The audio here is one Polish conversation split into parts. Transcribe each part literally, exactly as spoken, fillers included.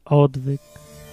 Odwyk.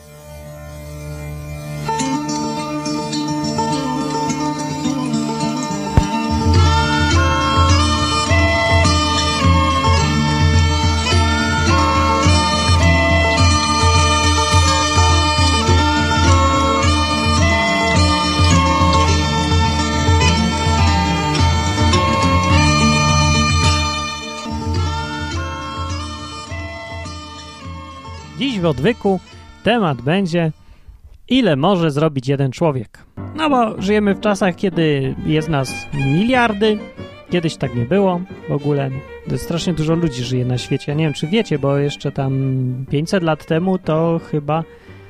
Dziś w odwyku temat będzie, ile może zrobić jeden człowiek. No bo żyjemy w czasach, kiedy jest nas miliardy. Kiedyś tak nie było w ogóle. Strasznie dużo ludzi żyje na świecie. Ja nie wiem, czy wiecie, bo jeszcze tam pięćset lat temu to chyba...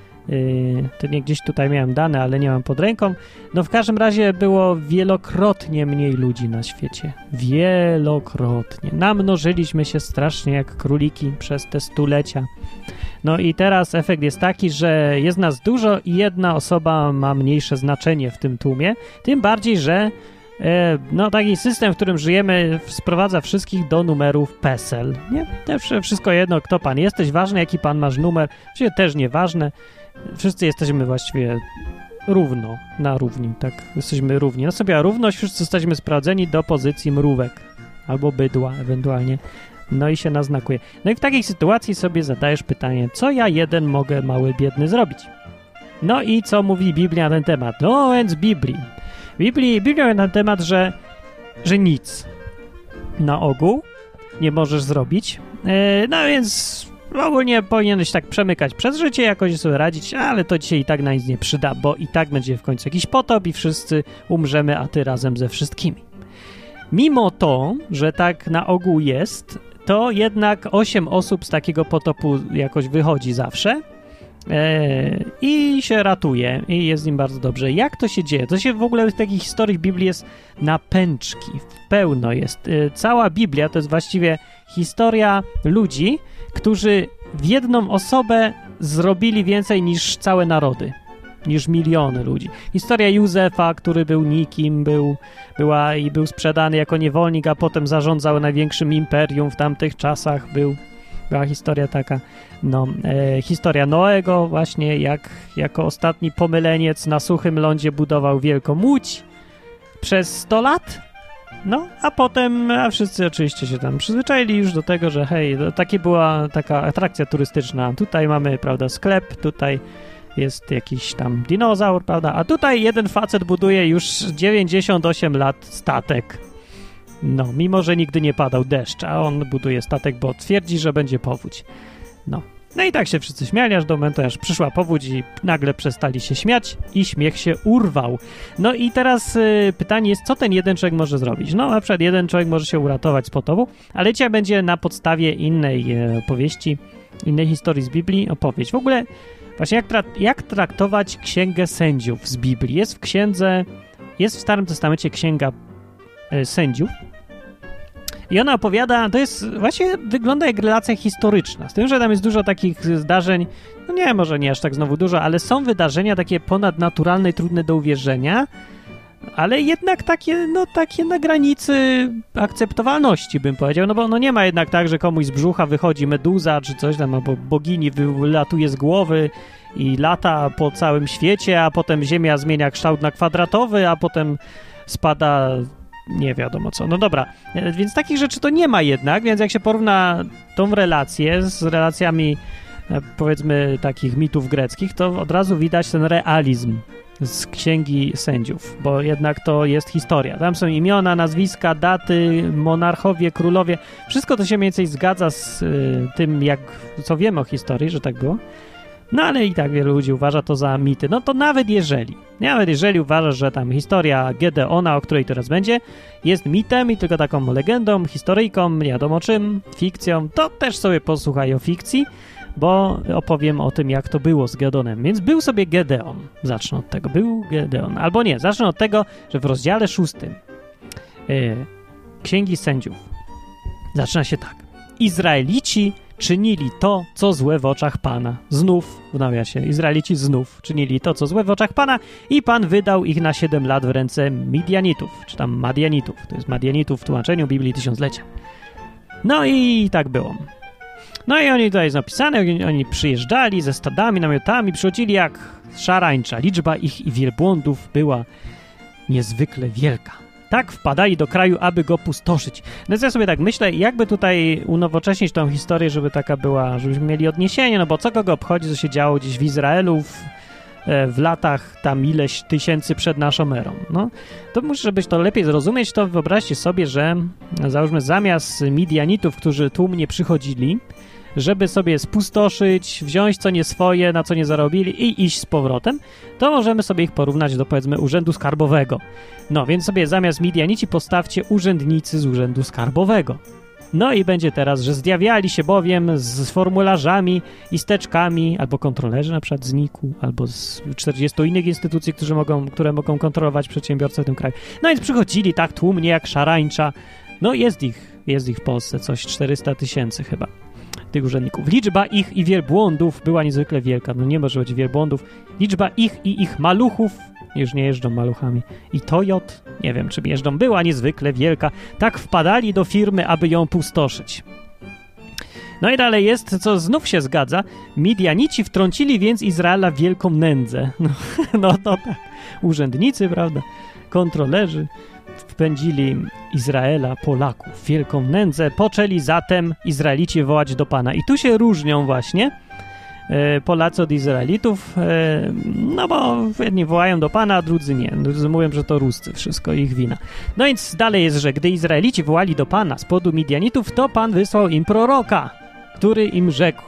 Yy, to nie gdzieś tutaj miałem dane, ale nie mam pod ręką. No w każdym razie było wielokrotnie mniej ludzi na świecie. Wielokrotnie. Namnożyliśmy się strasznie jak króliki przez te stulecia. No i teraz efekt jest taki, że jest nas dużo i jedna osoba ma mniejsze znaczenie w tym tłumie. Tym bardziej, że e, no taki system, w którym żyjemy, sprowadza wszystkich do numerów PESEL. Nie? To wszystko jedno, kto pan jesteś, ważne jaki pan masz numer, właściwie też nieważne. Wszyscy jesteśmy właściwie równo, na równi, tak, jesteśmy równi. Nastąpiła równość, wszyscy jesteśmy sprowadzeni do pozycji mrówek albo bydła ewentualnie. No i się naznakuje. No i w takiej sytuacji sobie zadajesz pytanie, co ja jeden mogę mały biedny zrobić? No i co mówi Biblia na ten temat? No więc Biblii. Biblii Biblia mówi na ten temat, że, że nic na ogół nie możesz zrobić. Yy, no więc ogólnie powinieneś tak przemykać przez życie, jakoś sobie radzić, ale to ci się i tak na nic nie przyda, bo i tak będzie w końcu jakiś potop i wszyscy umrzemy, a ty razem ze wszystkimi. Mimo to, że tak na ogół jest, to jednak osiem osób z takiego potopu jakoś wychodzi zawsze e, i się ratuje i jest z nim bardzo dobrze. Jak to się dzieje? To się w ogóle w takich historii w Biblii jest na pęczki, pełno jest. E, cała Biblia to jest właściwie historia ludzi, którzy w jedną osobę zrobili więcej niż całe narody. Niż miliony ludzi. Historia Józefa, który był nikim, był, była i był sprzedany jako niewolnik, a potem zarządzał największym imperium w tamtych czasach. Był, była historia taka. No, e, historia Noego właśnie, jak jako ostatni pomyleniec na suchym lądzie budował wielką łódź przez sto lat. No, a potem, a wszyscy oczywiście się tam przyzwyczaili już do tego, że hej, taka była taka atrakcja turystyczna. Tutaj mamy, prawda, sklep, tutaj jest jakiś tam dinozaur, prawda? A tutaj jeden facet buduje już dziewięćdziesiąt osiem lat statek. No, mimo że nigdy nie padał deszcz, a on buduje statek, bo twierdzi, że będzie powódź. No. No i tak się wszyscy śmiali, aż do momentu, aż przyszła powódź i nagle przestali się śmiać i śmiech się urwał. No i teraz y, pytanie jest, co ten jeden człowiek może zrobić? No, na przykład jeden człowiek może się uratować z potopu, ale dzisiaj będzie na podstawie innej e, opowieści, innej historii z Biblii opowieść. W ogóle właśnie jak, tra- jak traktować Księgę Sędziów z Biblii? Jest w księdze, jest w Starym Testamencie Księga e, Sędziów i ona opowiada, to jest, właśnie wygląda jak relacja historyczna, z tym, że tam jest dużo takich zdarzeń, no nie, może nie aż tak znowu dużo, ale są wydarzenia takie ponadnaturalne i trudne do uwierzenia, ale jednak takie, no takie na granicy akceptowalności, bym powiedział, no bo no nie ma jednak tak, że komuś z brzucha wychodzi meduza czy coś tam, albo bogini wylatuje z głowy i lata po całym świecie, a potem Ziemia zmienia kształt na kwadratowy, a potem spada nie wiadomo co. No dobra, więc takich rzeczy to nie ma jednak, więc jak się porówna tą relację z relacjami powiedzmy takich mitów greckich, to od razu widać ten realizm z Księgi Sędziów, bo jednak to jest historia. Tam są imiona, nazwiska, daty, monarchowie, królowie. Wszystko to się mniej więcej zgadza z y, tym, jak, co wiemy o historii, że tak było. No ale i tak wielu ludzi uważa to za mity. No to nawet jeżeli, nawet jeżeli uważasz, że tam historia Gedeona, o której teraz będzie, jest mitem i tylko taką legendą, historyjką, nie wiadomo czym, fikcją, to też sobie posłuchaj o fikcji, bo opowiem o tym, jak to było z Gedeonem. Więc był sobie Gedeon. Zacznę od tego. Był Gedeon. Albo nie, zacznę od tego, że w rozdziale szóstym yy, Księgi Sędziów zaczyna się tak. Izraelici czynili to, co złe w oczach Pana. Znów, w nawiasie, Izraelici znów czynili to, co złe w oczach Pana i Pan wydał ich na siedem lat w ręce Midianitów, czy tam Madianitów. To jest Madianitów w tłumaczeniu Biblii Tysiąclecia. No i tak było. No i oni tutaj jest napisane, oni, oni przyjeżdżali ze stadami, namiotami, przychodzili jak szarańcza. Liczba ich i wielbłądów była niezwykle wielka. Tak wpadali do kraju, aby go pustoszyć. No ja sobie tak myślę, jakby tutaj unowocześnić tą historię, żeby taka była, żebyśmy mieli odniesienie, no bo co kogo obchodzi, co się działo gdzieś w Izraelu w, w latach tam ileś tysięcy przed naszą erą. No, to muszę, żebyś to lepiej zrozumieć, to wyobraźcie sobie, że załóżmy zamiast Midianitów, którzy tłumnie przychodzili, żeby sobie spustoszyć, wziąć co nie swoje, na co nie zarobili i iść z powrotem, to możemy sobie ich porównać do, powiedzmy, urzędu skarbowego. No, więc sobie zamiast Midianici postawcie urzędnicy z urzędu skarbowego. No i będzie teraz, że zjawiali się bowiem z formularzami i steczkami, albo kontrolerzy na przykład z N I K-u, albo z czterdziestu innych instytucji, którzy mogą, które mogą kontrolować przedsiębiorców w tym kraju. No więc przychodzili tak tłumnie jak szarańcza. No jest ich, jest ich w Polsce coś czterysta tysięcy chyba. Tych urzędników. Liczba ich i wielbłądów była niezwykle wielka. No nie może być wielbłądów. Liczba ich i ich maluchów, już nie jeżdżą maluchami, i Toyot, nie wiem czy jeżdżą, była niezwykle wielka. Tak wpadali do firmy, aby ją pustoszyć. No i dalej jest, co znów się zgadza. Midianici wtrącili więc Izraela w wielką nędzę. No, no to tak. Urzędnicy, prawda? Kontrolerzy wpędzili Izraela, Polaków, w wielką nędzę. Poczęli zatem Izraelici wołać do Pana. I tu się różnią właśnie e, Polacy od Izraelitów, e, no bo jedni wołają do Pana, a drudzy nie. Drudzy mówią, że to Ruscy, wszystko ich wina. No więc dalej jest, że gdy Izraelici wołali do Pana z powodu Midianitów, to Pan wysłał im proroka, który im rzekł,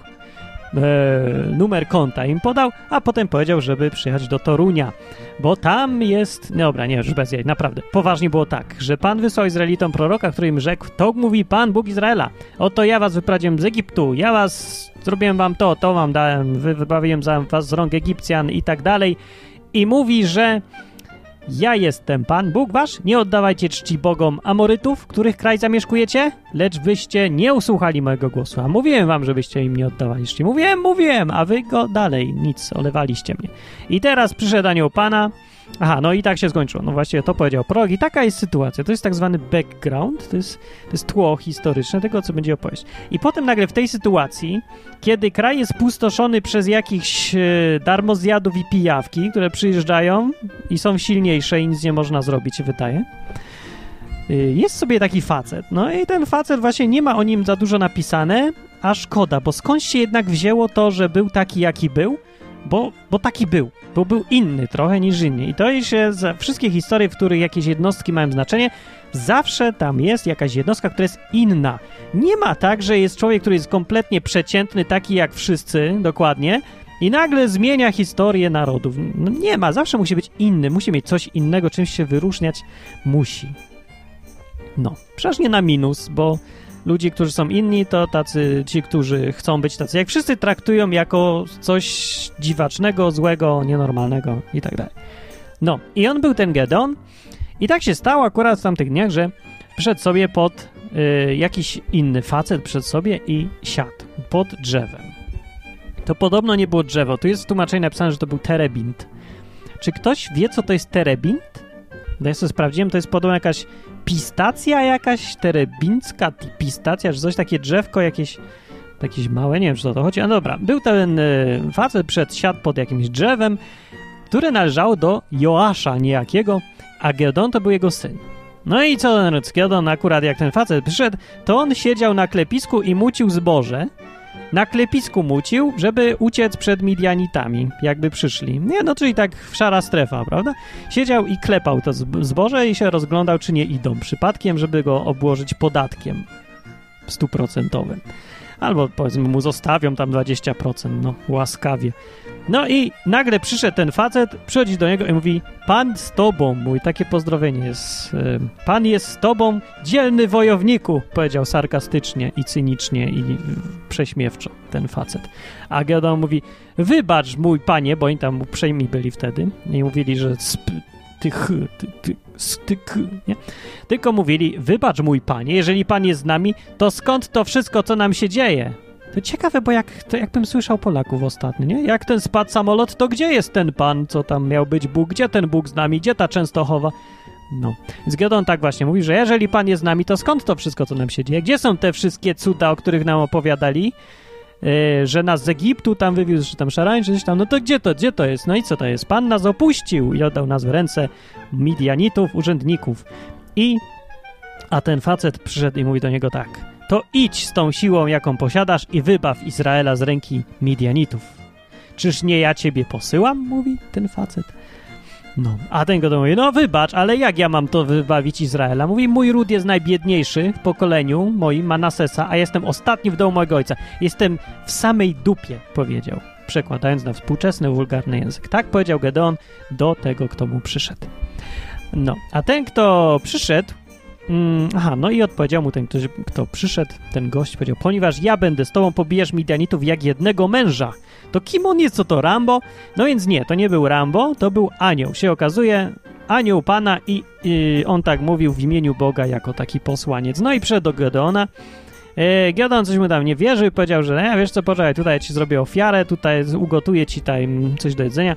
E, numer konta im podał, a potem powiedział, żeby przyjechać do Torunia, bo tam jest... Dobra, nie, już bez jaj, naprawdę. Poważnie było tak, że Pan wysłał Izraelitom proroka, który im rzekł, to mówi Pan, Bóg Izraela, oto ja was wyprowadziłem z Egiptu, ja was, zrobiłem wam to, to wam dałem, wy, wybawiłem za was z rąk Egipcjan i tak dalej. I mówi, że ja jestem Pan, Bóg wasz, nie oddawajcie czci bogom Amorytów, których kraj zamieszkujecie, lecz wyście nie usłuchali mojego głosu. A mówiłem wam, żebyście im nie oddawali czci. Mówiłem, mówiłem, a wy go dalej, nic, olewaliście mnie. I teraz przyszedł anioł Pana. Aha, no i tak się skończyło. No właściwie to powiedział prorok i taka jest sytuacja. To jest tak zwany background, to jest, to jest tło historyczne tego, co będzie opowieść. I potem nagle w tej sytuacji, kiedy kraj jest pustoszony przez jakichś e, darmozjadów i pijawki, które przyjeżdżają i są silniejsze i nic nie można zrobić, się wydaje, e, jest sobie taki facet. No i ten facet właśnie nie ma o nim za dużo napisane, a szkoda, bo skąd się jednak wzięło to, że był taki, jaki był? Bo, bo taki był, bo był inny trochę niż inni. I to się za wszystkie historie, w których jakieś jednostki mają znaczenie, zawsze tam jest jakaś jednostka, która jest inna. Nie ma tak, że jest człowiek, który jest kompletnie przeciętny, taki jak wszyscy, dokładnie, i nagle zmienia historię narodów. No nie ma, zawsze musi być inny, musi mieć coś innego, czymś się wyróżniać musi. No, przecież nie na minus, bo ludzi, którzy są inni, to tacy ci, którzy chcą być tacy jak wszyscy, traktują jako coś dziwacznego, złego, nienormalnego i tak dalej. No, i on był ten Gedeon i tak się stało akurat w tamtych dniach, że przyszedł sobie pod y, jakiś inny facet przed sobie i siadł pod drzewem. To podobno nie było drzewo. Tu jest w tłumaczeniu napisane, że to był terebint. Czy ktoś wie, co to jest terebint? No ja sobie sprawdziłem, to jest podobno jakaś pistacja jakaś, terebincka pistacja, czy coś, takie drzewko jakieś, jakieś małe, nie wiem, czy o to chodzi. No dobra, był ten y, facet przed siadł pod jakimś drzewem, które należało do Joasza niejakiego, a Gedeon to był jego syn. No i co ten Gedeon, akurat jak ten facet przyszedł, to on siedział na klepisku i mucił zboże. Na klepisku mucił, żeby uciec przed Midianitami, jakby przyszli. Nie, no czyli tak szara strefa, prawda? Siedział i klepał to zboże i się rozglądał, czy nie idą przypadkiem, żeby go obłożyć podatkiem stuprocentowym. Albo powiedzmy mu zostawią tam dwadzieścia procent, no łaskawie. No i nagle przyszedł ten facet, przychodzi do niego i mówi: Pan z tobą, mój, takie pozdrowienie jest. Pan jest z tobą, dzielny wojowniku, powiedział sarkastycznie i cynicznie i prześmiewczo ten facet. A Gedeon mówi: wybacz, mój panie, bo oni tam uprzejmi byli wtedy i mówili, że sp, ty, ty, ty, styk, nie? Tylko mówili: wybacz, mój panie, jeżeli pan jest z nami, to skąd to wszystko, co nam się dzieje? To ciekawe, bo jak, to jakbym słyszał Polaków ostatnio, nie? Jak ten spadł samolot, to gdzie jest ten pan, co tam miał być Bóg? Gdzie ten Bóg z nami? Gdzie ta Częstochowa? No. Więc Gedeon tak właśnie mówi, że jeżeli pan jest z nami, to skąd to wszystko, co nam się dzieje? Gdzie są te wszystkie cuda, o których nam opowiadali? yy, że nas z Egiptu tam wywiózł, że tam szarańczy, coś tam, no to gdzie to, gdzie to jest? No i co to jest? Pan nas opuścił i oddał nas w ręce Midianitów, urzędników. I, a ten facet przyszedł i mówi do niego tak, to idź z tą siłą, jaką posiadasz i wybaw Izraela z ręki Midianitów. Czyż nie ja ciebie posyłam? Mówi ten facet. No, a ten go mówi, no wybacz, ale jak ja mam to wybawić Izraela? Mówi, mój ród jest najbiedniejszy w pokoleniu moim, Manasesa, a jestem ostatni w domu mojego ojca. Jestem w samej dupie, powiedział, przekładając na współczesny, wulgarny język. Tak powiedział Gedeon do tego, kto mu przyszedł. No, a ten, kto przyszedł, mm, aha, no i odpowiedział mu ten, kto, kto przyszedł, ten gość powiedział, ponieważ ja będę z tobą, pobijesz Midianitów jak jednego męża. To kim on jest, co to, Rambo? No więc nie, to nie był Rambo, to był anioł. Się okazuje, anioł Pana i yy, on tak mówił w imieniu Boga jako taki posłaniec. No i przyszedł do Gedeona. Yy, Gedeon coś mu tam nie wierzył i powiedział, że ja wiesz co, poczekaj, tutaj ja ci zrobię ofiarę, tutaj ugotuję ci tutaj coś do jedzenia.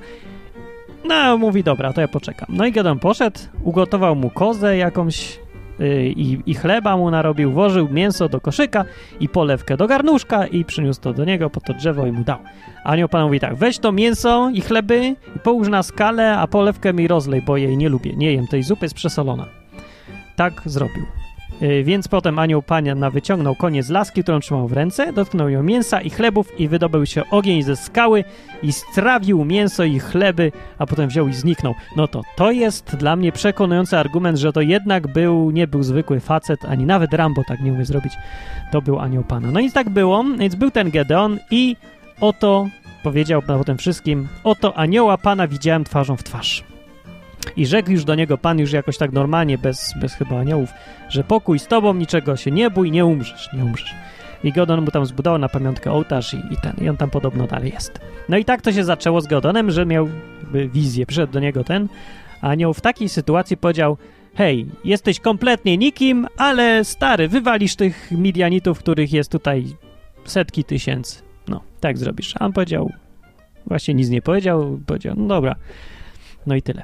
No, mówi, dobra, to ja poczekam. No i Gedeon poszedł, ugotował mu kozę jakąś yy, i, i chleba mu narobił, włożył mięso do koszyka i polewkę do garnuszka i przyniósł to do niego po to drzewo i mu dał. Anioł Pana mówi tak, weź to mięso i chleby i połóż na skalę, a polewkę mi rozlej, bo jej nie lubię, nie jem tej zupy, jest przesolona. Tak zrobił. Yy, więc potem anioł Pana wyciągnął koniec laski, którą trzymał w ręce, dotknął ją mięsa i chlebów i wydobył się ogień ze skały i strawił mięso i chleby, a potem wziął i zniknął. No to to jest dla mnie przekonujący argument, że to jednak był, nie był zwykły facet, ani nawet Rambo tak nie umie zrobić. To był anioł Pana. No i tak było, więc był ten Gedeon i oto, powiedział potem wszystkim, oto anioła Pana widziałem twarzą w twarz. I rzekł już do niego Pan już jakoś tak normalnie, bez, bez chyba aniołów, że pokój z tobą, niczego się nie bój, nie umrzesz, nie umrzesz. I Gedeon mu tam zbudował na pamiątkę ołtarz i, i ten, i on tam podobno dalej jest. No i tak to się zaczęło z Gedeonem, że miał wizję. Przyszedł do niego ten anioł w takiej sytuacji, powiedział, hej, jesteś kompletnie nikim, ale stary, wywalisz tych Midianitów, których jest tutaj setki tysięcy. No, tak zrobisz. A on powiedział, właśnie nic nie powiedział, powiedział, no dobra, no i tyle.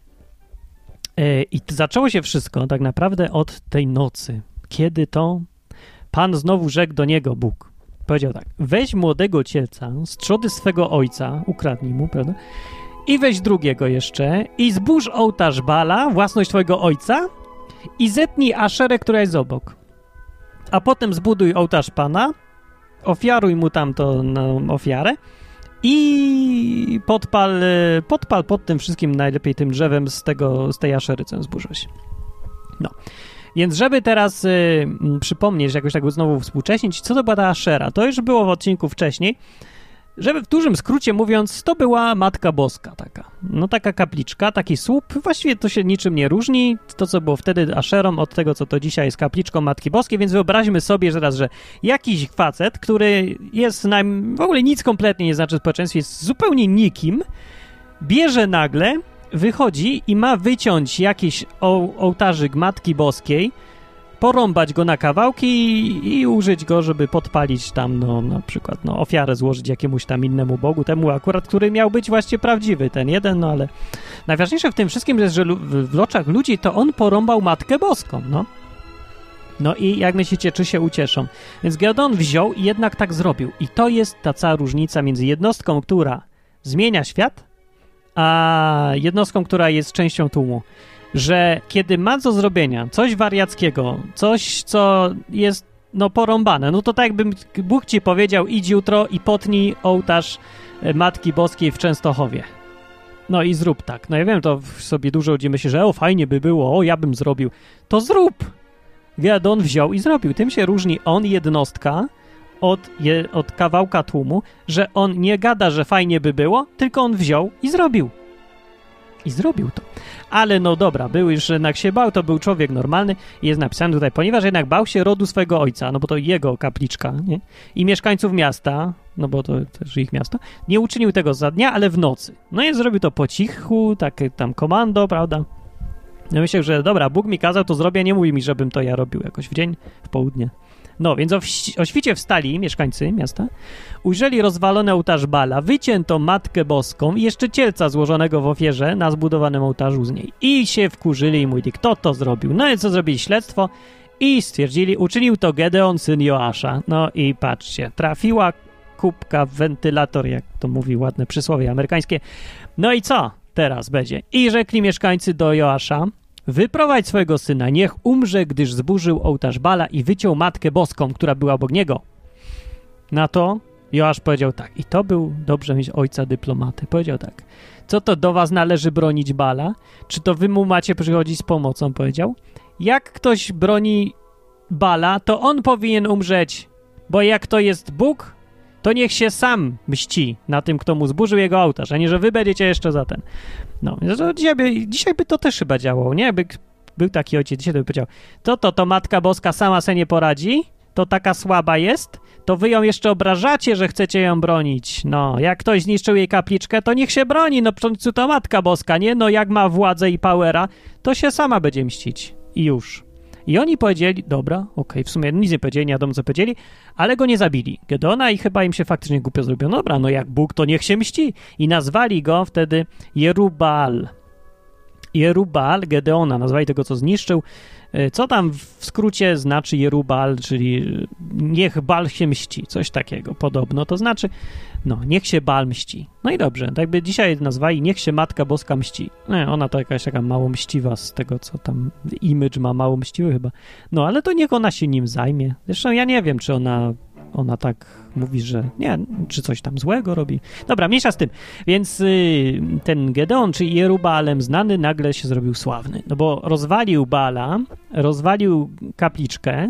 Yy, I t- zaczęło się wszystko tak naprawdę od tej nocy, kiedy to Pan znowu rzekł do niego, Bóg. Powiedział tak, weź młodego cielca z trzody swego ojca, ukradnij mu, prawda, i weź drugiego jeszcze i zbórz ołtarz Bala, własność twojego ojca i zetnij Aszerę, która jest obok. A potem zbuduj ołtarz Pana, ofiaruj mu tam to no, ofiarę i podpal, podpal pod tym wszystkim najlepiej tym drzewem z, tego, z tej Aszery, co zburzyłeś. No. Więc żeby teraz y, przypomnieć, jakoś tak znowu współcześnić, co to była ta Ashera? To już było w odcinku wcześniej. Żeby w dużym skrócie mówiąc, to była Matka Boska taka. No taka kapliczka, taki słup. Właściwie to się niczym nie różni. To, co było wtedy Asherą, od tego, co to dzisiaj jest kapliczką Matki Boskiej. Więc wyobraźmy sobie że raz, że jakiś facet, który jest na, w ogóle nic kompletnie nie znaczy w społeczeństwie, jest zupełnie nikim, bierze nagle, wychodzi i ma wyciąć jakiś o, ołtarzyk Matki Boskiej, porąbać go na kawałki i, i użyć go, żeby podpalić tam, no na przykład, no ofiarę złożyć jakiemuś tam innemu Bogu, temu akurat, który miał być właśnie prawdziwy, ten jeden, no ale najważniejsze w tym wszystkim jest, że lu- w, w oczach ludzi to on porąbał Matkę Boską, no. No i jak myślicie, czy się ucieszą? Więc Gedeon wziął i jednak tak zrobił. I to jest ta cała różnica między jednostką, która zmienia świat, a jednostką, która jest częścią tłumu. Że kiedy ma do zrobienia coś wariackiego, coś, co jest no porąbane, no to tak jakby Bóg ci powiedział, idź jutro i potnij ołtarz Matki Boskiej w Częstochowie. No i zrób tak. No ja wiem, to sobie dużo ludzi myśli, że o, fajnie by było, o, ja bym zrobił. To zrób! Gedeon wziął i zrobił. Tym się różni on, jednostka, od, je, od kawałka tłumu, że on nie gada, że fajnie by było, tylko on wziął i zrobił. I zrobił to. Ale no dobra, był już jednak się bał, to był człowiek normalny i jest napisane tutaj, ponieważ jednak bał się rodu swojego ojca, no bo to jego kapliczka, nie? I mieszkańców miasta, no bo to też ich miasto, nie uczynił tego za dnia, ale w nocy. No i zrobił to po cichu, takie tam komando, prawda? No myślę, że dobra, Bóg mi kazał, to zrobię, nie mówi mi, żebym to ja robił jakoś w dzień, w południe. No, więc o, o świcie wstali mieszkańcy miasta, ujrzeli rozwalony ołtarz Bala, wycięto Matkę Boską i jeszcze cielca złożonego w ofierze na zbudowanym ołtarzu z niej. I się wkurzyli i mówili, kto to zrobił? No i co zrobili? Śledztwo i stwierdzili, uczynił to Gedeon, syn Joasza. No i patrzcie, trafiła kubka w wentylator, jak to mówi ładne przysłowie amerykańskie. No i co teraz będzie? I rzekli mieszkańcy do Joasza: wyprowadź swojego syna, niech umrze, gdyż zburzył ołtarz Bala i wyciął Matkę Boską, która była obok niego. Na to Joasz powiedział tak, i to był dobrze mieć ojca dyplomaty. Powiedział tak: co to do was należy bronić Bala? Czy to wy mu macie przychodzić z pomocą? Powiedział: jak ktoś broni Bala, to on powinien umrzeć, bo jak to jest Bóg, to niech się sam mści na tym, kto mu zburzył jego ołtarz, a nie, że wy będziecie jeszcze za ten. No, dzisiaj by, dzisiaj by to też chyba działało, nie? By był taki ojciec, dzisiaj to by powiedział: to, to, to Matka Boska sama se nie poradzi, to taka słaba jest, to wy ją jeszcze obrażacie, że chcecie ją bronić. No, jak ktoś zniszczył jej kapliczkę, to niech się broni, no w końcu to Matka Boska, nie? No jak ma władzę i powera, to się sama będzie mścić. I już. I oni powiedzieli: dobra, okej, okay, w sumie nic nie powiedzieli, nie wiadomo co powiedzieli, ale go nie zabili. Gedeona i chyba im się faktycznie głupio zrobiło. No dobra, no jak Bóg, to niech się mści. I nazwali go wtedy Jerubbaal. Jerubbaal, Gedeona, nazwali tego, co zniszczył. Co tam w skrócie znaczy Jerubbaal, czyli niech Baal się mści, coś takiego podobno, to znaczy, no, niech się Baal mści. No i dobrze, tak by dzisiaj nazwali niech się Matka Boska mści. No, ona to jakaś taka mało mściwa z tego, co tam image ma, mało mściwy chyba. No, ale to niech ona się nim zajmie. Zresztą ja nie wiem, czy ona, ona tak mówi, że nie, czy coś tam złego robi. Dobra, mniejsza z tym. Więc y, ten Gedeon, czy Jerubbaalem znany, nagle się zrobił sławny. No bo rozwalił Baala, rozwalił kapliczkę,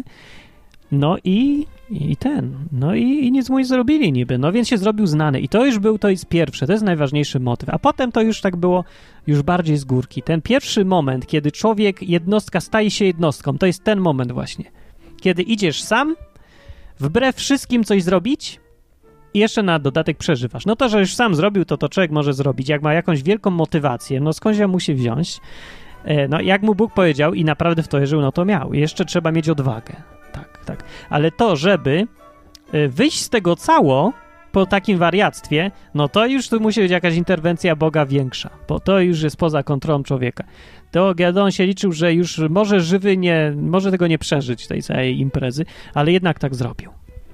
no i, i ten, no i, i nic mu nie zrobili niby. No więc się zrobił znany. I to już był, to jest pierwsze, to jest najważniejszy motyw. A potem to już tak było już bardziej z górki. Ten pierwszy moment, kiedy człowiek, jednostka staje się jednostką, to jest ten moment właśnie. Kiedy idziesz sam, wbrew wszystkim coś zrobić i jeszcze na dodatek przeżywasz. No to, że już sam zrobił, to to człowiek może zrobić. Jak ma jakąś wielką motywację, no skądś ją musi wziąć. No jak mu Bóg powiedział i naprawdę w to wierzył, no to miał. I jeszcze trzeba mieć odwagę. Tak, tak. Ale to, żeby wyjść z tego cało po takim wariactwie, no to już tu musi być jakaś interwencja Boga większa, bo to już jest poza kontrolą człowieka. To Gedeon się liczył, że już może żywy nie, może tego nie przeżyć, tej całej imprezy, ale jednak tak zrobił.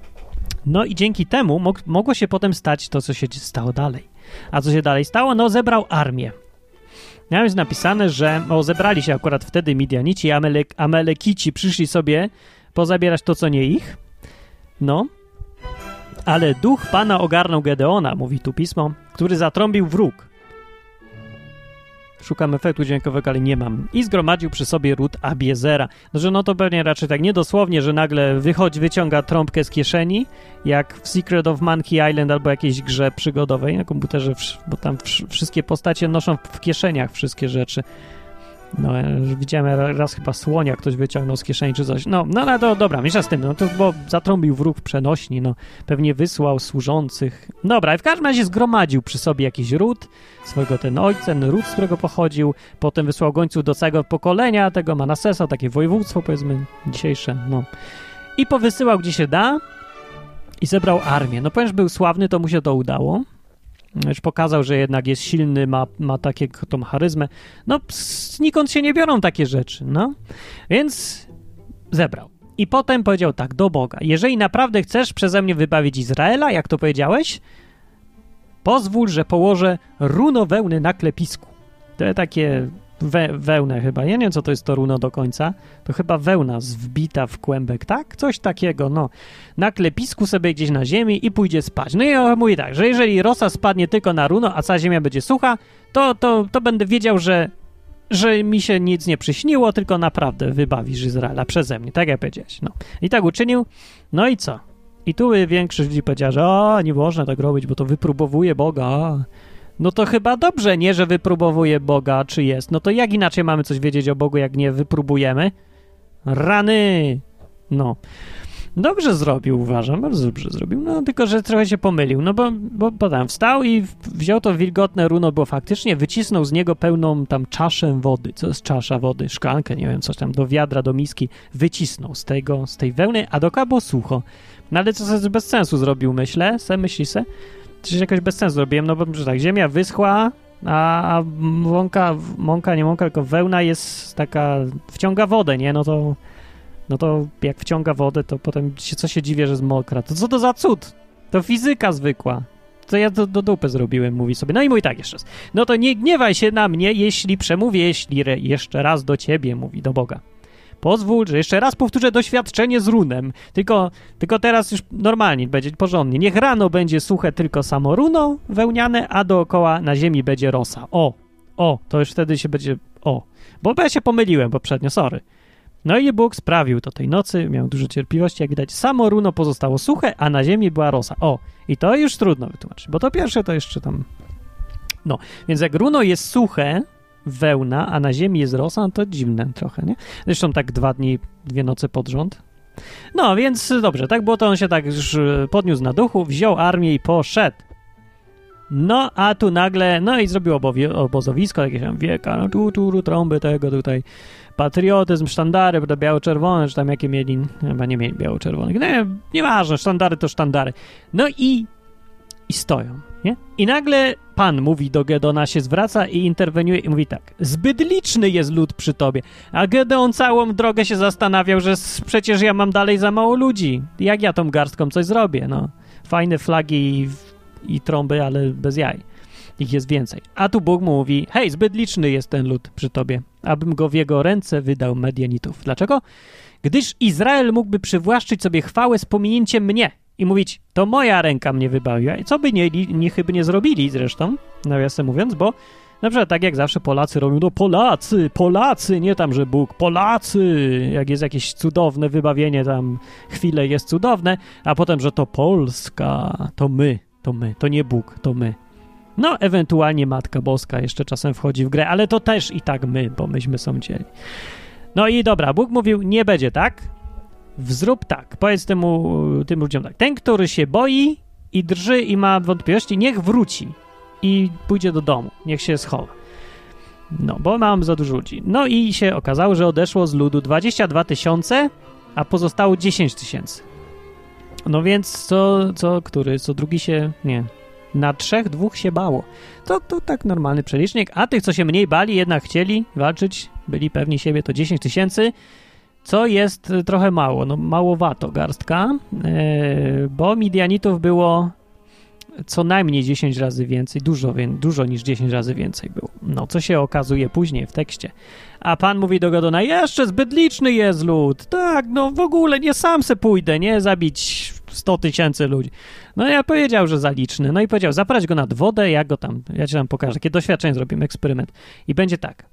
No i dzięki temu mog, mogło się potem stać to, co się stało dalej. A co się dalej stało? No zebrał armię. Miałem jest napisane, że o, zebrali się akurat wtedy Midianici i Amelek, Amalekici przyszli sobie pozabierać to, co nie ich. No, ale duch Pana ogarnął Gedeona, mówi tu pismo, który zatrąbił wróg. Szukam efektu dźwiękowego, ale nie mam. I zgromadził przy sobie ród Abiezera. No, że no to pewnie raczej tak niedosłownie, że nagle wychodzi, wyciąga trąbkę z kieszeni, jak w Secret of Monkey Island albo jakiejś grze przygodowej na komputerze, bo tam wszystkie postacie noszą w kieszeniach wszystkie rzeczy. No, widziałem raz chyba słonia ktoś wyciągnął z kieszeni czy coś. No, no, no to dobra, mniejsza z tym, no to bo zatrąbił wróg w przenośni, no, pewnie wysłał służących. Dobra, i w każdym razie zgromadził przy sobie jakiś ród, swojego ten ojca, ten ród, z którego pochodził, potem wysłał gońców do całego pokolenia tego Manasesa, takie województwo, powiedzmy, dzisiejsze, no. I powysyłał gdzie się da i zebrał armię. No, ponieważ był sławny, to mu się to udało. Już pokazał, że jednak jest silny, ma, ma takie, tą charyzmę. No, znikąd się nie biorą takie rzeczy, no. Więc zebrał. I potem powiedział tak do Boga: jeżeli naprawdę chcesz przeze mnie wybawić Izraela, jak to powiedziałeś, pozwól, że położę runo wełny na klepisku. To takie we, wełnę chyba. Ja nie wiem, co to jest to runo do końca. To chyba wełna wbita w kłębek, tak? Coś takiego, no. Na klepisku sobie gdzieś na ziemi i pójdzie spać. No i on mówi tak, że jeżeli rosa spadnie tylko na runo, a cała ziemia będzie sucha, to, to, to będę wiedział, że, że mi się nic nie przyśniło, tylko naprawdę wybawisz Izraela przeze mnie, tak jak powiedziałeś. No. I tak uczynił. No i co? I tu większość ludzi powiedziała, że o, nie można tak robić, bo to wypróbowuje Boga. No to chyba dobrze, nie, że wypróbowuje Boga, czy jest. No to jak inaczej mamy coś wiedzieć o Bogu, jak nie wypróbujemy? Rany! No. Dobrze zrobił, uważam, bardzo dobrze zrobił. No tylko, że trochę się pomylił, no bo, bo, bo tam wstał i wziął to wilgotne runo, bo faktycznie wycisnął z niego pełną tam czaszę wody. Co jest czasza wody? Szklankę, nie wiem, coś tam do wiadra, do miski. Wycisnął z tego, z tej wełny, a dookoła było sucho. No ale co sobie bez sensu zrobił, myślę, se myśli se. Coś jakoś bez sensu zrobiłem, no bo że tak, ziemia wyschła, a, a mąka, mąka, nie mąka, tylko wełna jest taka, wciąga wodę, nie? No to, no to jak wciąga wodę, to potem się, co się dziwię, że jest mokra. To co to za cud? To fizyka zwykła. To ja do, do dupy zrobiłem, mówi sobie. No i mówi tak jeszcze raz. No to nie gniewaj się na mnie, jeśli przemówię, jeśli re, jeszcze raz do ciebie, mówi do Boga. Pozwól, że jeszcze raz powtórzę doświadczenie z runem. Tylko, tylko teraz już normalnie będzie porządnie. Niech rano będzie suche tylko samo runo wełniane, a dookoła na ziemi będzie rosa. O, o, to już wtedy się będzie... O, bo ja się pomyliłem poprzednio, sorry. No i Bóg sprawił to tej nocy, miał dużo cierpliwości, jak widać, samo runo pozostało suche, a na ziemi była rosa. O, i to już trudno wytłumaczyć, bo to pierwsze to jeszcze tam... No, więc jak runo jest suche, wełna, a na ziemi jest rosa, no to dziwne trochę, nie? Zresztą tak dwa dni, dwie noce pod rząd. No, więc dobrze, tak było, to on się tak już podniósł na duchu, wziął armię i poszedł. No, a tu nagle, no i zrobił obowi- obozowisko, jakieś tam wieka, no tu, tu, tu, trąby tego tutaj, patriotyzm, sztandary, prawda, biało-czerwone, czy tam jakie mieli, chyba nie mieli biało-czerwonych, no nieważne, sztandary to sztandary. No i, i stoją, nie? I nagle Pan mówi do Gedona, się zwraca i interweniuje i mówi tak, zbyt liczny jest lud przy tobie, a Gedeon całą drogę się zastanawiał, że przecież ja mam dalej za mało ludzi, jak ja tą garstką coś zrobię, no. Fajne flagi i i trąby, ale bez jaj. Ich jest więcej. A tu Bóg mówi, hej, zbyt liczny jest ten lud przy tobie, abym go w jego ręce wydał Medianitów. Dlaczego? Gdyż Izrael mógłby przywłaszczyć sobie chwałę z pominięciem mnie i mówić, to moja ręka mnie wybawiła. I co by nie, nie, chyba nie zrobili zresztą, nawiasem mówiąc, bo na przykład tak jak zawsze Polacy robią, no Polacy, Polacy, nie tam, że Bóg, Polacy, jak jest jakieś cudowne wybawienie, tam chwilę jest cudowne, a potem, że to Polska, to my. To my, to nie Bóg, to my. No, ewentualnie Matka Boska jeszcze czasem wchodzi w grę, ale to też i tak my, bo myśmy są dzieli. No i dobra, Bóg mówił, nie będzie tak, zrób tak, powiedz temu, tym ludziom tak, ten, który się boi i drży i ma wątpliwości, niech wróci i pójdzie do domu, niech się schowa. No, bo mam za dużo ludzi. No i się okazało, że odeszło z ludu dwadzieścia dwa tysiące, a pozostało dziesięć tysięcy. No więc co, co, który, co drugi się, nie, na trzech, dwóch się bało. To, to tak normalny przelicznik, a tych, co się mniej bali, jednak chcieli walczyć, byli pewni siebie, to dziesięć tysięcy, co jest trochę mało, no małowato garstka, yy, bo Midianitów było co najmniej dziesięć razy więcej, dużo, dużo niż dziesięć razy więcej było. No, co się okazuje później w tekście. A Pan mówi do Gedona, jeszcze zbyt liczny jest lud. Tak, no w ogóle nie sam se pójdę, nie zabić sto tysięcy ludzi. No ja powiedział, że za liczny. No i powiedział, zaprać go nad wodę, ja go tam, ja ci tam pokażę, takie doświadczenie zrobimy, eksperyment. I będzie tak,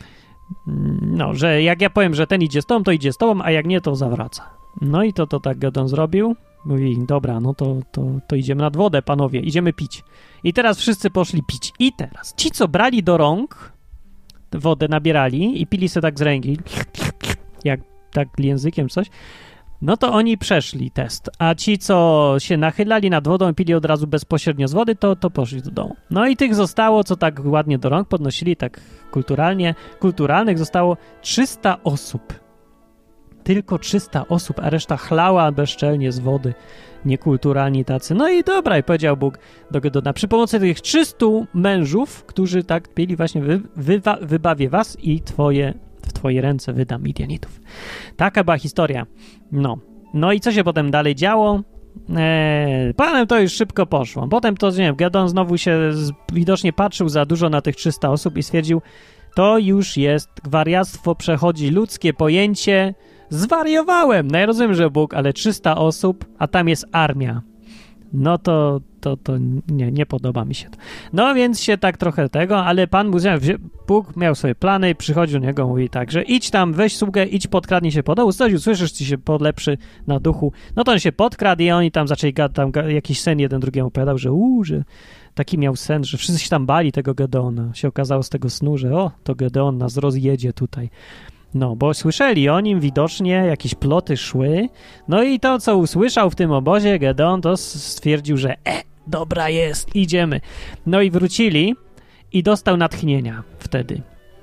no, że jak ja powiem, że ten idzie z tobą, to idzie z tobą, a jak nie, to zawraca. No i to, to tak Gedon zrobił. Mówi, dobra, no to, to, to idziemy nad wodę, panowie, idziemy pić. I teraz wszyscy poszli pić. I teraz ci, co brali do rąk, wodę nabierali i pili sobie tak z ręki, jak tak językiem coś, no to oni przeszli test. A ci, co się nachylali nad wodą i pili od razu bezpośrednio z wody, to, to poszli do domu. No i tych zostało, co tak ładnie do rąk podnosili, tak kulturalnie, kulturalnych zostało trzysta osób. Tylko trzysta osób, a reszta chlała bezczelnie z wody, niekulturalni tacy. No i dobra, i powiedział Bóg do Gedona, przy pomocy tych trzystu mężów, którzy tak pili właśnie, wy, wywa, wybawię was i twoje, w twoje ręce wydam Midianitów. Taka była historia. No, no i co się potem dalej działo? Eee, panem to już szybko poszło. Potem to, nie wiem, Gedon znowu się z, widocznie patrzył za dużo na tych trzysta osób i stwierdził, to już jest wariactwo, przechodzi ludzkie pojęcie. Zwariowałem. No ja rozumiem, że Bóg, ale trzysta osób, a tam jest armia. No to, to, to nie, nie podoba mi się to. No więc się tak trochę tego, ale Pan Bóg miał swoje plany, przychodził do niego, mówi tak, że idź tam, weź sługę, idź podkradnij się po dołu, coś usłyszysz, ci się podlepszy na duchu. No to on się podkradł i oni tam zaczęli gadać, tam jakiś sen jeden drugiemu opowiadał, że uuu, że taki miał sen, że wszyscy się tam bali tego Gedeona. Się okazało z tego snu, że o, to Gedeon nas rozjedzie tutaj. No, bo słyszeli o nim widocznie, jakieś ploty szły, no i to, co usłyszał w tym obozie Gedeon, to stwierdził, że e, dobra jest, idziemy. No i wrócili i dostał natchnienia wtedy.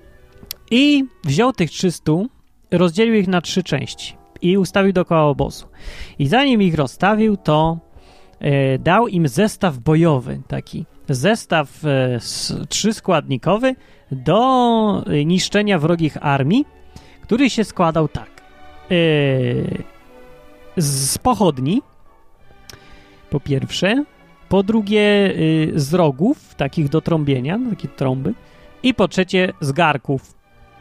I wziął tych trzystu, rozdzielił ich na trzy części i ustawił dookoła obozu. I zanim ich rozstawił, to e, dał im zestaw bojowy, taki zestaw e, trzyskładnikowy do niszczenia wrogich armii, który się składał tak. Yy, z pochodni, po pierwsze. Po drugie y, z rogów, takich do trąbienia, takie trąby. I po trzecie z garków.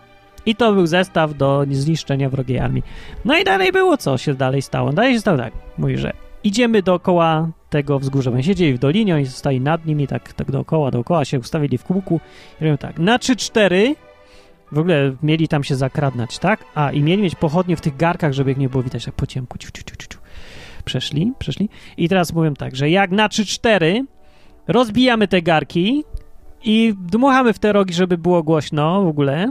I to był zestaw do zniszczenia wrogiej armii. No i dalej było, co się dalej stało? Dalej się stało tak, mówi, że idziemy dookoła tego wzgórza. Oni siedzieli w dolinie, oni zostali nad nimi, tak, tak dookoła, dookoła się ustawili w kółku. I robią tak, na trzy cztery w ogóle mieli tam się zakradnąć, tak? A, i mieli mieć pochodnie w tych garkach, żeby ich nie było widać, tak po ciemku. Ciu, ciu, ciu, ciu. Przeszli, przeszli. I teraz mówią tak, że jak na trzy cztery rozbijamy te garki i dmuchamy w te rogi, żeby było głośno w ogóle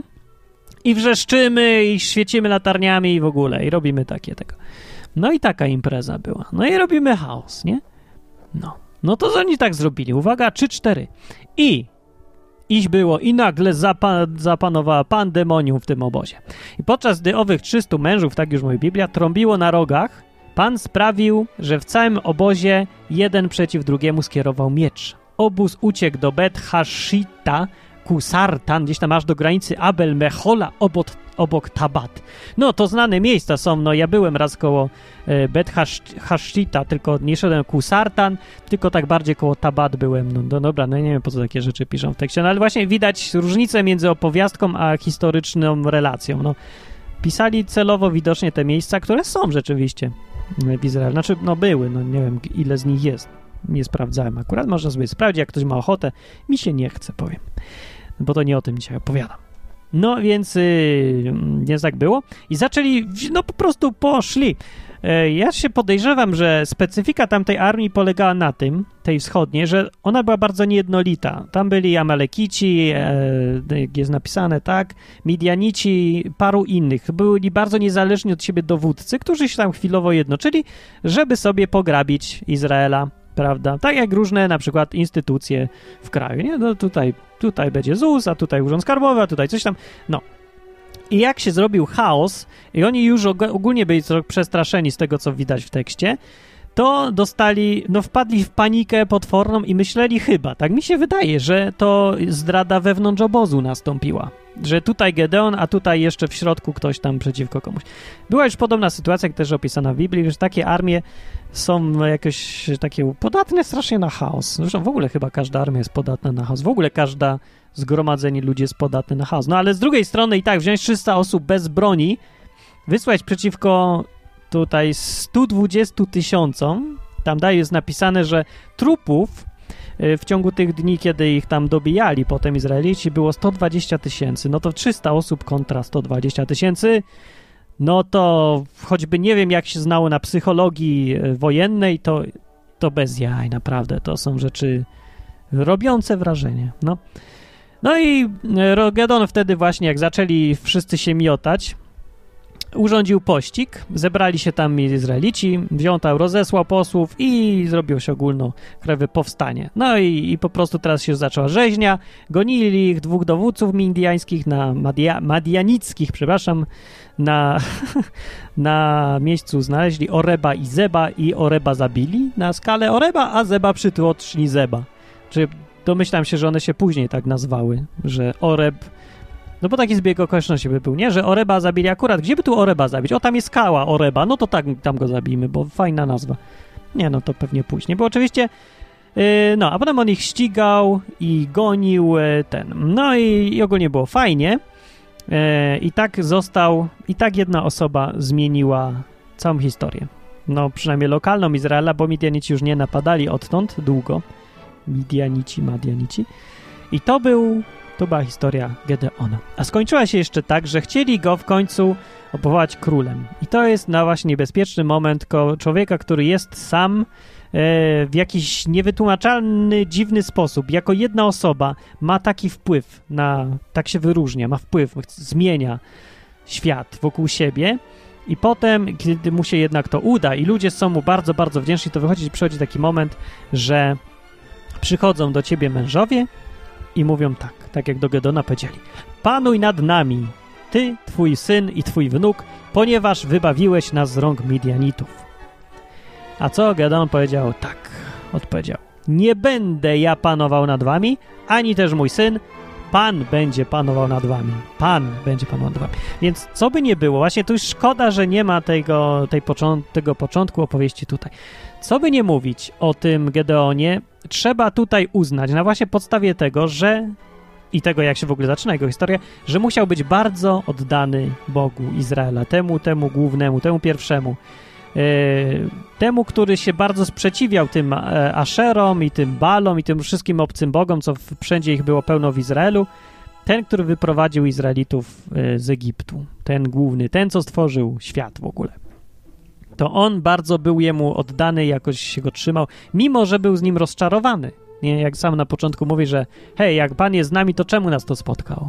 i wrzeszczymy i świecimy latarniami i w ogóle i robimy takie tego. No i taka impreza była. No i robimy chaos, nie? No. No to oni tak zrobili. Uwaga, trzy cztery. I iść było i nagle zapa- zapanowała pandemonium w tym obozie. I podczas gdy owych trzystu mężów, tak już mówi Biblia, trąbiło na rogach, Pan sprawił, że w całym obozie jeden przeciw drugiemu skierował miecz. Obóz uciekł do Bet-Hashita ku Sartan, gdzieś tam aż do granicy Abel-Mechola obok, obok Tabat. No, to znane miejsca są, no ja byłem raz koło e, Bet-Hashita, tylko nie szedłem ku Sartan, tylko tak bardziej koło Tabat byłem. No, no dobra, no nie wiem po co takie rzeczy piszą w tekście, no ale właśnie widać różnicę między opowiastką a historyczną relacją. No, pisali celowo widocznie te miejsca, które są rzeczywiście w Izraelu. Znaczy, no były, no nie wiem ile z nich jest. Nie sprawdzałem akurat, można sobie sprawdzić, jak ktoś ma ochotę. Mi się nie chce, powiem, bo to nie o tym dzisiaj opowiadam. No więc, yy, więc tak było. I zaczęli, no po prostu poszli. Yy, ja się podejrzewam, że specyfika tamtej armii polegała na tym, tej wschodniej, że ona była bardzo niejednolita. Tam byli Amalekici, yy, jak jest napisane, tak, Midianici, paru innych. Byli bardzo niezależni od siebie dowódcy, którzy się tam chwilowo jednoczyli, żeby sobie pograbić Izraela. Prawda? Tak jak różne na przykład instytucje w kraju, nie? No tutaj, tutaj będzie Z U S, a tutaj Urząd Skarbowy, a tutaj coś tam. No. I jak się zrobił chaos i oni już ogólnie byli trochę przestraszeni z tego, co widać w tekście, to dostali, no wpadli w panikę potworną i myśleli chyba, tak mi się wydaje, że to zdrada wewnątrz obozu nastąpiła. Że tutaj Gedeon, a tutaj jeszcze w środku ktoś tam przeciwko komuś. Była już podobna sytuacja, jak też opisana w Biblii, że takie armie są jakieś takie podatne strasznie na chaos. Zresztą w ogóle chyba każda armia jest podatna na chaos. W ogóle każda zgromadzenie ludzi jest podatne na chaos. No ale z drugiej strony i tak wziąć trzysta osób bez broni, wysłać przeciwko tutaj stu dwudziestu tysiącom, tam daje jest napisane, że trupów w ciągu tych dni, kiedy ich tam dobijali potem Izraelici, było sto dwadzieścia tysięcy. No to trzysta osób kontra sto dwadzieścia tysięcy. No to choćby nie wiem, jak się znało na psychologii wojennej, to, to bez jaj, naprawdę. To są rzeczy robiące wrażenie. No, no i Gedeon wtedy właśnie, jak zaczęli wszyscy się miotać, urządził pościg, zebrali się tam Izraelici, wziął tam, rozesłał posłów i zrobiło się ogólnokrajowe powstanie. No i, i po prostu teraz się zaczęła rzeźnia, gonili ich dwóch dowódców midiańskich, na Madia, madianickich, przepraszam, na, na miejscu znaleźli Oreba i Zeba i Oreba zabili na skalę Oreba, a Zeba przytłoczni Zeba. Czyli domyślam się, że one się później tak nazwały, że Oreb. No bo taki zbieg okoliczności by był, nie? Że Oreba zabili akurat. Gdzie by tu Oreba zabić? O, tam jest skała Oreba. No to tak, tam go zabijmy, bo fajna nazwa. Nie, no to pewnie później. Bo oczywiście, yy, no, a potem on ich ścigał i gonił yy, ten. No i, i ogólnie było fajnie. Yy, I tak został, i tak jedna osoba zmieniła całą historię. No, przynajmniej lokalną Izraela, bo Midianici już nie napadali odtąd długo. Midianici, Madianici. I to był... To była historia Gedeona. A skończyła się jeszcze tak, że chcieli go w końcu powołać królem. I to jest na właśnie niebezpieczny moment człowieka, który jest sam e, w jakiś niewytłumaczalny, dziwny sposób. Jako jedna osoba ma taki wpływ na... Tak się wyróżnia, ma wpływ, zmienia świat wokół siebie. I potem, kiedy mu się jednak to uda i ludzie są mu bardzo, bardzo wdzięczni, to wychodzi, przychodzi taki moment, że przychodzą do ciebie mężowie i mówią tak, tak jak do Gedeona powiedzieli: panuj nad nami, ty, twój syn i twój wnuk, ponieważ wybawiłeś nas z rąk Midianitów. A co Gedeon powiedział? Tak, odpowiedział: nie będę ja panował nad wami, ani też mój syn, Pan będzie panował nad wami. Pan będzie panował nad wami. Więc co by nie było, właśnie tu już szkoda, że nie ma tego, tej począ- tego początku opowieści tutaj. Co by nie mówić o tym Gedeonie, trzeba tutaj uznać, na właśnie podstawie tego, że i tego, jak się w ogóle zaczyna jego historia, że musiał być bardzo oddany Bogu Izraela, temu, temu głównemu, temu pierwszemu, yy, temu, który się bardzo sprzeciwiał tym e, Aszerom i tym Balom i tym wszystkim obcym bogom, co wszędzie ich było pełno w Izraelu. Ten, który wyprowadził Izraelitów e, z Egiptu, ten główny, ten, co stworzył świat w ogóle. To on bardzo był jemu oddany, jakoś się go trzymał, mimo że był z nim rozczarowany. Nie, jak sam na początku mówi, że hej, jak Pan jest z nami, to czemu nas to spotkało?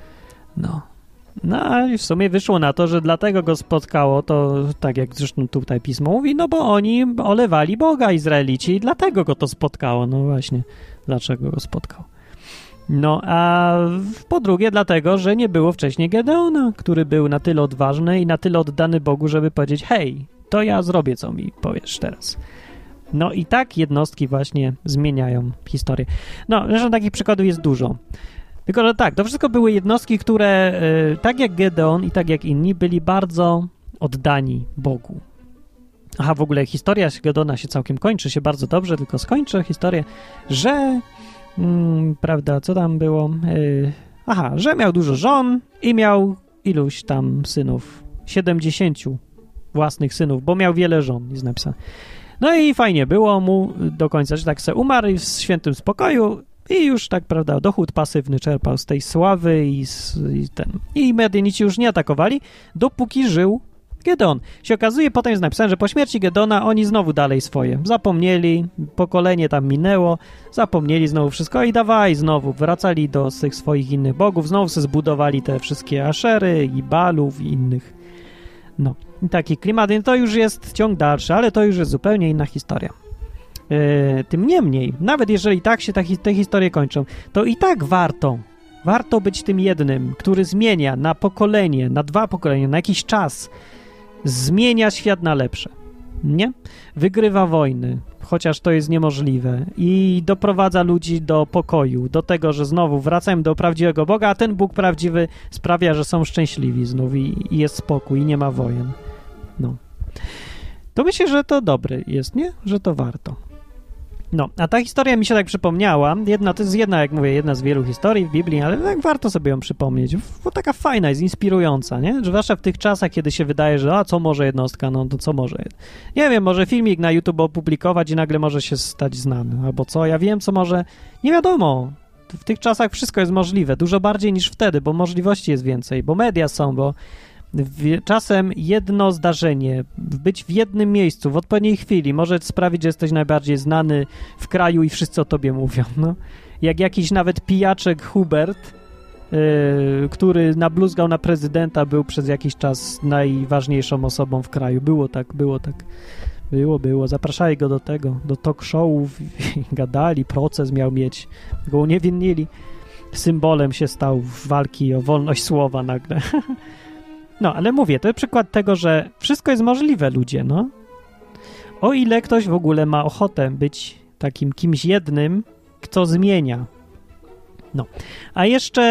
No. No i w sumie wyszło na to, że dlatego go spotkało, to tak jak zresztą tutaj pismo mówi, no bo oni olewali Boga Izraelici i dlatego go to spotkało. No właśnie, dlaczego go spotkało? No a po drugie dlatego, że nie było wcześniej Gedeona, który był na tyle odważny i na tyle oddany Bogu, żeby powiedzieć, hej, to ja zrobię, co mi powiesz teraz. No i tak jednostki właśnie zmieniają historię. No, zresztą takich przykładów jest dużo. Tylko, że tak, to wszystko były jednostki, które y, tak jak Gedeon i tak jak inni byli bardzo oddani Bogu. Aha, w ogóle historia Gedeona się całkiem kończy, się bardzo dobrze, tylko skończę historię, że mm, prawda, co tam było? Y, aha, że miał dużo żon i miał iluś tam synów. siedemdziesięciu własnych synów, bo miał wiele żon, jest napisane. No i fajnie było mu do końca, że tak se umarł w świętym spokoju i już tak, prawda, dochód pasywny czerpał z tej sławy i, z, i ten. I Medianici już nie atakowali, dopóki żył Gedeon. Się okazuje, potem jest napisane, że po śmierci Gedeona oni znowu dalej swoje. Zapomnieli, pokolenie tam minęło, zapomnieli znowu wszystko i dawaj znowu, wracali do tych swoich innych bogów, znowu sobie zbudowali te wszystkie Aszery i Balów i innych. No, i taki klimat, więc to już jest ciąg dalszy, ale to już jest zupełnie inna historia. Yy, tym niemniej, nawet jeżeli tak się ta, te historie kończą, to i tak warto, warto być tym jednym, który zmienia na pokolenie, na dwa pokolenia, na jakiś czas, zmienia świat na lepsze, nie? Wygrywa wojny, chociaż to jest niemożliwe i doprowadza ludzi do pokoju, do tego, że znowu wracają do prawdziwego Boga, a ten Bóg prawdziwy sprawia, że są szczęśliwi znów i, i jest spokój i nie ma wojen. No. To myślę, że to dobry jest, nie? Że to warto. No, a ta historia mi się tak przypomniała. Jedna, to jest jedna, jak mówię, jedna z wielu historii w Biblii, ale tak warto sobie ją przypomnieć, bo taka fajna, jest inspirująca, nie? Zwłaszcza w tych czasach, kiedy się wydaje, że a co może jednostka, no to co może? Nie wiem, może filmik na YouTube opublikować i nagle może się stać znany, albo co, ja wiem, co może, nie wiadomo. W tych czasach wszystko jest możliwe, dużo bardziej niż wtedy, bo możliwości jest więcej, bo media są, bo W, czasem jedno zdarzenie, być w jednym miejscu, w odpowiedniej chwili może sprawić, że jesteś najbardziej znany w kraju i wszyscy o tobie mówią. No. Jak jakiś nawet pijaczek Hubert, yy, który nabluzgał na prezydenta, był przez jakiś czas najważniejszą osobą w kraju. Było tak, było tak. Było, było. Zapraszali go do tego, do talk showów, gadali, proces miał mieć, go uniewinnili. Symbolem się stał walki o wolność słowa nagle. No, ale mówię, to jest przykład tego, że wszystko jest możliwe, ludzie, no. O ile ktoś w ogóle ma ochotę być takim kimś jednym, kto zmienia. No. A jeszcze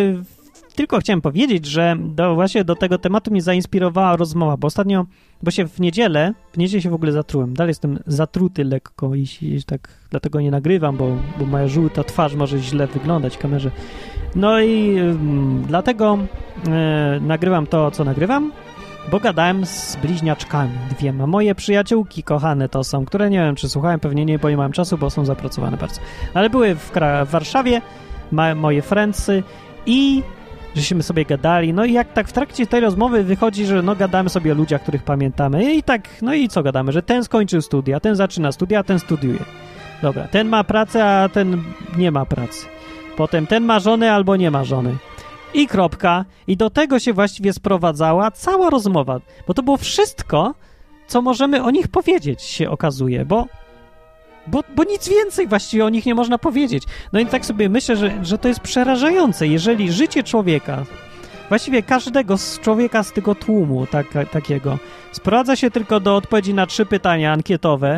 tylko chciałem powiedzieć, że do, właśnie do tego tematu mnie zainspirowała rozmowa, bo ostatnio, bo się w niedzielę, w niedzielę się w ogóle zatrułem. Dalej jestem zatruty lekko i, i tak dlatego nie nagrywam, bo, bo moja żółta twarz może źle wyglądać w kamerze. No i y, dlatego y, nagrywam to, co nagrywam, bo gadałem z bliźniaczkami dwiema. Moje przyjaciółki kochane to są, które nie wiem, czy słuchałem, pewnie nie, bo nie mam czasu, bo są zapracowane bardzo. Ale były w, w Warszawie, ma, moje friendsy i żeśmy sobie gadali. No i jak tak w trakcie tej rozmowy wychodzi, że no gadamy sobie o ludziach, których pamiętamy i tak, no i co gadamy, że ten skończył studia, ten zaczyna studia, a ten studiuje. Dobra, ten ma pracę, a ten nie ma pracy. Potem ten ma żonę albo nie ma żony. I kropka. I do tego się właściwie sprowadzała cała rozmowa. Bo to było wszystko, co możemy o nich powiedzieć, się okazuje. Bo, bo, bo nic więcej właściwie o nich nie można powiedzieć. No i tak sobie myślę, że, że to jest przerażające. Jeżeli życie człowieka, właściwie każdego z człowieka z tego tłumu tak, takiego, sprowadza się tylko do odpowiedzi na trzy pytania ankietowe,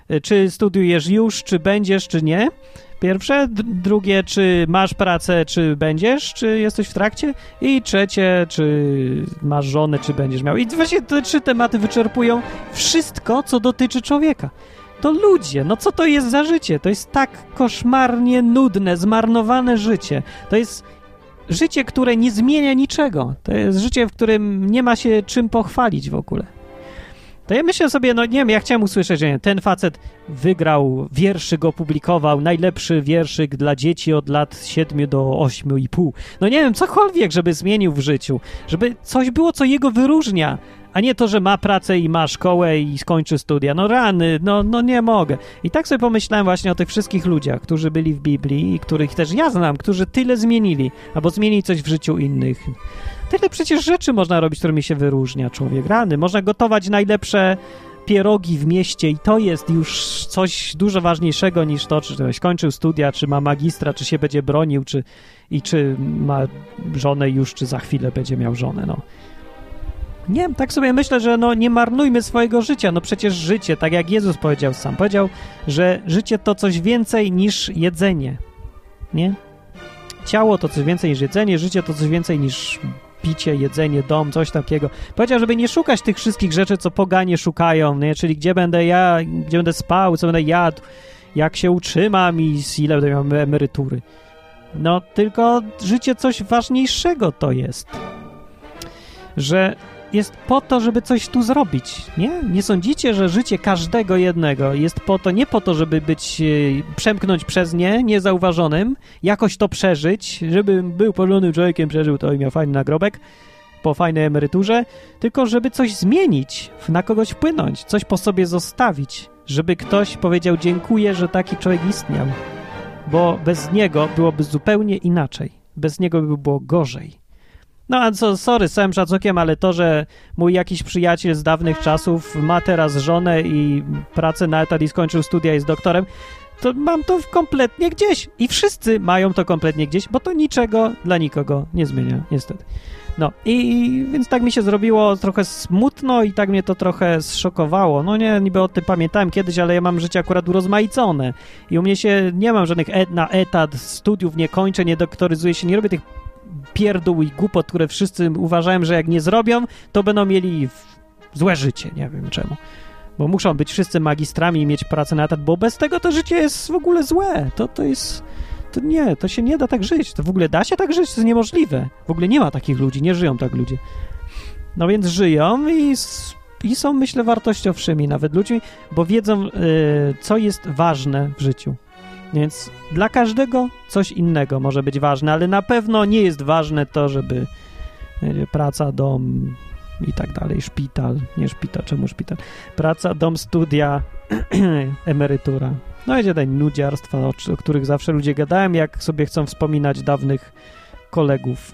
czy studiujesz już, czy będziesz, czy nie. Pierwsze. D- drugie, czy masz pracę, czy będziesz, czy jesteś w trakcie. I trzecie, czy masz żonę, czy będziesz miał. I właśnie te trzy tematy wyczerpują wszystko, co dotyczy człowieka. To ludzie, no co to jest za życie? To jest tak koszmarnie nudne, zmarnowane życie. To jest życie, które nie zmienia niczego. To jest życie, w którym nie ma się czym pochwalić w ogóle. To ja myślę sobie, no nie wiem, ja chciałem usłyszeć, że nie, ten facet wygrał, wierszyk opublikował, najlepszy wierszyk dla dzieci od lat siedmiu do ośmiu i pół. No nie wiem, cokolwiek, żeby zmienił w życiu, żeby coś było, co jego wyróżnia, a nie to, że ma pracę i ma szkołę i skończy studia. No rany, no, no nie mogę. I tak sobie pomyślałem właśnie o tych wszystkich ludziach, którzy byli w Biblii i których też ja znam, którzy tyle zmienili, albo zmienili coś w życiu innych. Tyle przecież rzeczy można robić, którymi się wyróżnia człowiek. Rany, można gotować najlepsze pierogi w mieście i to jest już coś dużo ważniejszego niż to, czy ktoś kończył studia, czy ma magistra, czy się będzie bronił, czy, i czy ma żonę już, czy za chwilę będzie miał żonę, no. Nie wiem, tak sobie myślę, że no nie marnujmy swojego życia, no przecież życie, tak jak Jezus powiedział sam, powiedział, że życie to coś więcej niż jedzenie, nie? Ciało to coś więcej niż jedzenie, życie to coś więcej niż picie, jedzenie, dom, coś takiego. Powiedział, żeby nie szukać tych wszystkich rzeczy, co poganie szukają, nie? Czyli gdzie będę ja, gdzie będę spał, co będę jadł, jak się utrzymam i ile będę miał emerytury. No, tylko życie coś ważniejszego to jest. Że jest po to, żeby coś tu zrobić, nie? Nie sądzicie, że życie każdego jednego jest po to, nie po to, żeby być, przemknąć przez nie, niezauważonym, jakoś to przeżyć, żeby był porządnym człowiekiem, przeżył to i miał fajny nagrobek po fajnej emeryturze, tylko żeby coś zmienić, na kogoś wpłynąć, coś po sobie zostawić, żeby ktoś powiedział dziękuję, że taki człowiek istniał, bo bez niego byłoby zupełnie inaczej, bez niego by było gorzej. No a co, sorry, z całym szacunkiem, ale to, że mój jakiś przyjaciel z dawnych czasów ma teraz żonę i pracę na etat i skończył studia, jest doktorem, to mam to kompletnie gdzieś. I wszyscy mają to kompletnie gdzieś, bo to niczego dla nikogo nie zmienia, niestety. No i więc tak mi się zrobiło trochę smutno i tak mnie to trochę zszokowało. No nie, niby o tym pamiętałem kiedyś, ale ja mam życie akurat urozmaicone i u mnie się, nie mam żadnych et, na etat, studiów nie kończę, nie doktoryzuję się, nie robię tych pierdół i głupot, które wszyscy uważają, że jak nie zrobią, to będą mieli złe życie. Nie wiem czemu. Bo muszą być wszyscy magistrami i mieć pracę na etat, bo bez tego to życie jest w ogóle złe. To, to jest... To nie, to się nie da tak żyć. To w ogóle da się tak żyć? To jest niemożliwe. W ogóle nie ma takich ludzi, nie żyją tak ludzie. No więc żyją i, i są, myślę, wartościowszymi nawet ludźmi, bo wiedzą, yy, co jest ważne w życiu. Więc dla każdego coś innego może być ważne, ale na pewno nie jest ważne to, żeby wiecie, praca, dom i tak dalej, szpital, nie szpital, czemu szpital? Praca, dom, studia, emerytura. No idzie ten nudziarstwa, o, o których zawsze ludzie gadają, jak sobie chcą wspominać dawnych kolegów.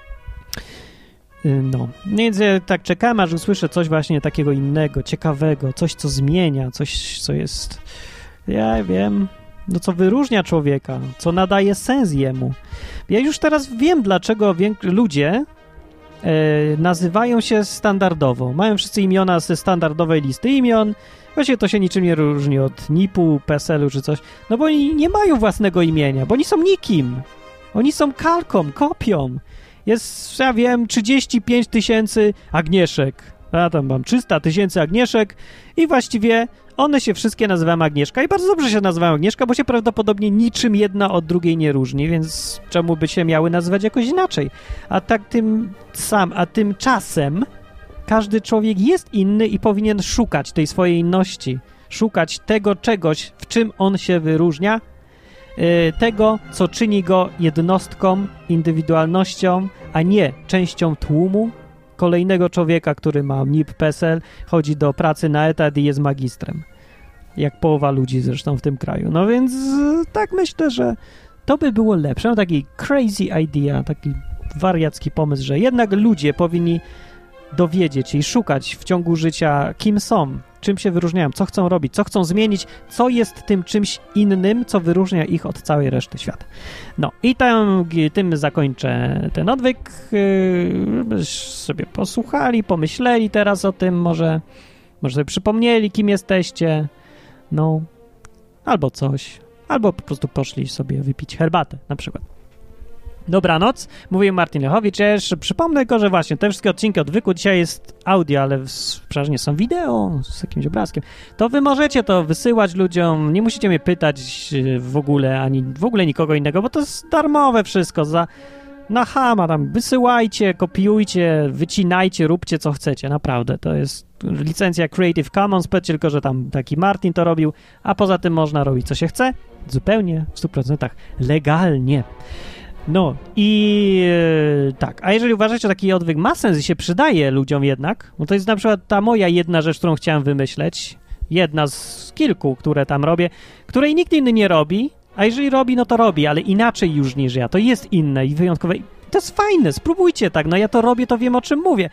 No, więc ja tak czekałem, aż usłyszę coś właśnie takiego innego, ciekawego, coś, co zmienia, coś, co jest, ja wiem... No co wyróżnia człowieka, co nadaje sens jemu. Ja już teraz wiem, dlaczego wiek- ludzie e, nazywają się standardowo. Mają wszyscy imiona ze standardowej listy imion. Właściwie to się niczym nie różni od N I P-u, P E S L u czy coś. No bo oni nie mają własnego imienia, bo oni są nikim. Oni są kalką, kopią. Jest, ja wiem, trzydzieści pięć tysięcy Agnieszek. Ja tam mam trzysta tysięcy Agnieszek i właściwie one się wszystkie nazywają Agnieszka i bardzo dobrze się nazywają Agnieszka, bo się prawdopodobnie niczym jedna od drugiej nie różni, więc czemu by się miały nazywać jakoś inaczej? A tak tym sam, a tymczasem każdy człowiek jest inny i powinien szukać tej swojej inności, szukać tego czegoś, w czym on się wyróżnia, yy, tego, co czyni go jednostką, indywidualnością, a nie częścią tłumu, kolejnego człowieka, który ma N I P, P E S L, chodzi do pracy na etat i jest magistrem. Jak połowa ludzi zresztą w tym kraju. No więc tak myślę, że to by było lepsze. No taki crazy idea, taki wariacki pomysł, że jednak ludzie powinni dowiedzieć się i szukać w ciągu życia, kim są, czym się wyróżniają, co chcą robić, co chcą zmienić, co jest tym czymś innym, co wyróżnia ich od całej reszty świata. No i tam, tym zakończę ten odwyk, yy, sobie posłuchali, pomyśleli teraz o tym, może, może sobie przypomnieli, kim jesteście, no, albo coś, albo po prostu poszli sobie wypić herbatę, na przykład. Dobranoc, mówił Martin Lechowicz. Ja jeszcze przypomnę tylko, że właśnie te wszystkie odcinki Odwyku, dzisiaj jest audio, ale przeważnie są wideo z jakimś obrazkiem. To wy możecie to wysyłać ludziom, nie musicie mnie pytać w ogóle, ani w ogóle nikogo innego, bo to jest darmowe wszystko, za na chama tam wysyłajcie, kopiujcie, wycinajcie, róbcie co chcecie, naprawdę. To jest licencja Creative Commons, tylko że tam taki Martin to robił, a poza tym można robić co się chce, zupełnie w stu procentach legalnie. No i e, tak, a jeżeli uważacie, że taki odwyk ma sens i się przydaje ludziom jednak, no to jest na przykład ta moja jedna rzecz, którą chciałem wymyśleć, jedna z kilku, które tam robię, której nikt inny nie robi, a jeżeli robi, no to robi, ale inaczej już niż ja, to jest inne i wyjątkowe. To jest fajne, spróbujcie tak, no ja to robię, to wiem o czym mówię.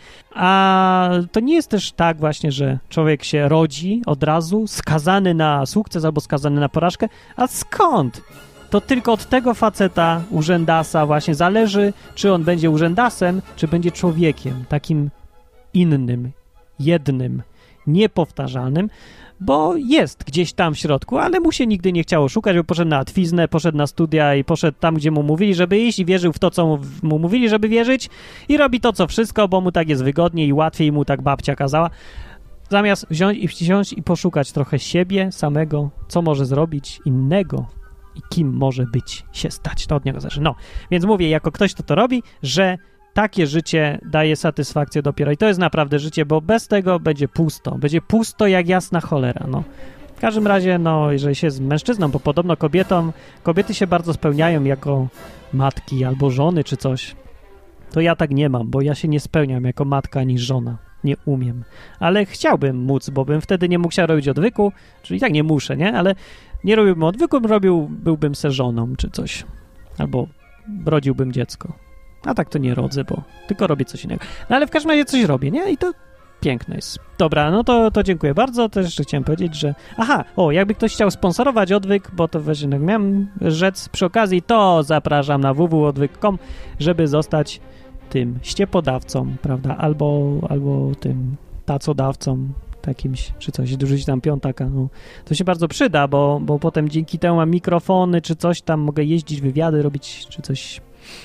A to nie jest też tak właśnie, że człowiek się rodzi od razu, skazany na sukces albo skazany na porażkę, a skąd? To tylko od tego faceta, urzędasa właśnie zależy, czy on będzie urzędasem, czy będzie człowiekiem, takim innym, jednym, niepowtarzalnym, bo jest gdzieś tam w środku, ale mu się nigdy nie chciało szukać, bo poszedł na atwiznę, poszedł na studia i poszedł tam, gdzie mu mówili, żeby iść i wierzył w to, co mu, mu mówili, żeby wierzyć i robi to, co wszystko, bo mu tak jest wygodniej i łatwiej, mu tak babcia kazała. Zamiast wziąć i wziąć i poszukać trochę siebie samego, co może zrobić innego i kim może być, się stać. To od niego zależy. No, więc mówię, jako ktoś, kto to robi, że takie życie daje satysfakcję dopiero. I to jest naprawdę życie, bo bez tego będzie pusto. Będzie pusto jak jasna cholera, no. W każdym razie, no, jeżeli się jest mężczyzną, bo podobno kobietom, kobiety się bardzo spełniają jako matki albo żony czy coś, to ja tak nie mam, bo ja się nie spełniam jako matka ani żona. Nie umiem. Ale chciałbym móc, bo bym wtedy nie mógł się robić odwyku, czyli tak nie muszę, nie? Ale nie robiłbym odwyku, robił, byłbym se żoną czy coś. Albo rodziłbym dziecko. A tak to nie rodzę, bo tylko robię coś innego. No ale w każdym razie coś robię, nie? I to piękne jest. Dobra, no to, to dziękuję bardzo. Też jeszcze chciałem powiedzieć, że... Aha, o, jakby ktoś chciał sponsorować odwyk, bo to właśnie miałem rzec przy okazji, to zapraszam na w w w kropka odwyk kropka com, żeby zostać tym ściepodawcą, prawda? Albo, albo tym tacodawcą takimś, czy coś, dorzucić tam piątaka, no. To się bardzo przyda, bo, bo potem dzięki temu mam mikrofony, czy coś tam, mogę jeździć, wywiady robić, czy coś...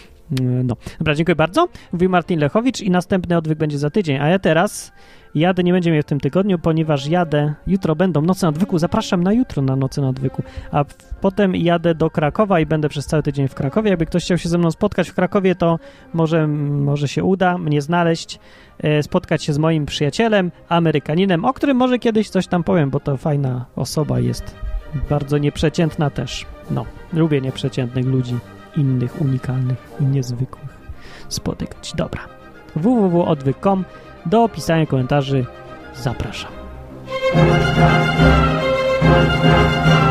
No. Dobra, dziękuję bardzo. Mówił Martin Lechowicz i następny odwyk będzie za tydzień, a ja teraz jadę, nie będzie mnie w tym tygodniu, ponieważ jadę, jutro będą Noce na Odwyku, zapraszam na jutro na Noce na Odwyku, a w, potem jadę do Krakowa i będę przez cały tydzień w Krakowie. Jakby ktoś chciał się ze mną spotkać w Krakowie, to może, może się uda mnie znaleźć, e, spotkać się z moim przyjacielem, Amerykaninem, o którym może kiedyś coś tam powiem, bo to fajna osoba jest, bardzo nieprzeciętna też. No, lubię nieprzeciętnych ludzi, innych, unikalnych i niezwykłych spotykać. Dobra. w w w kropka odwyk kropka com. Do pisania komentarzy zapraszam.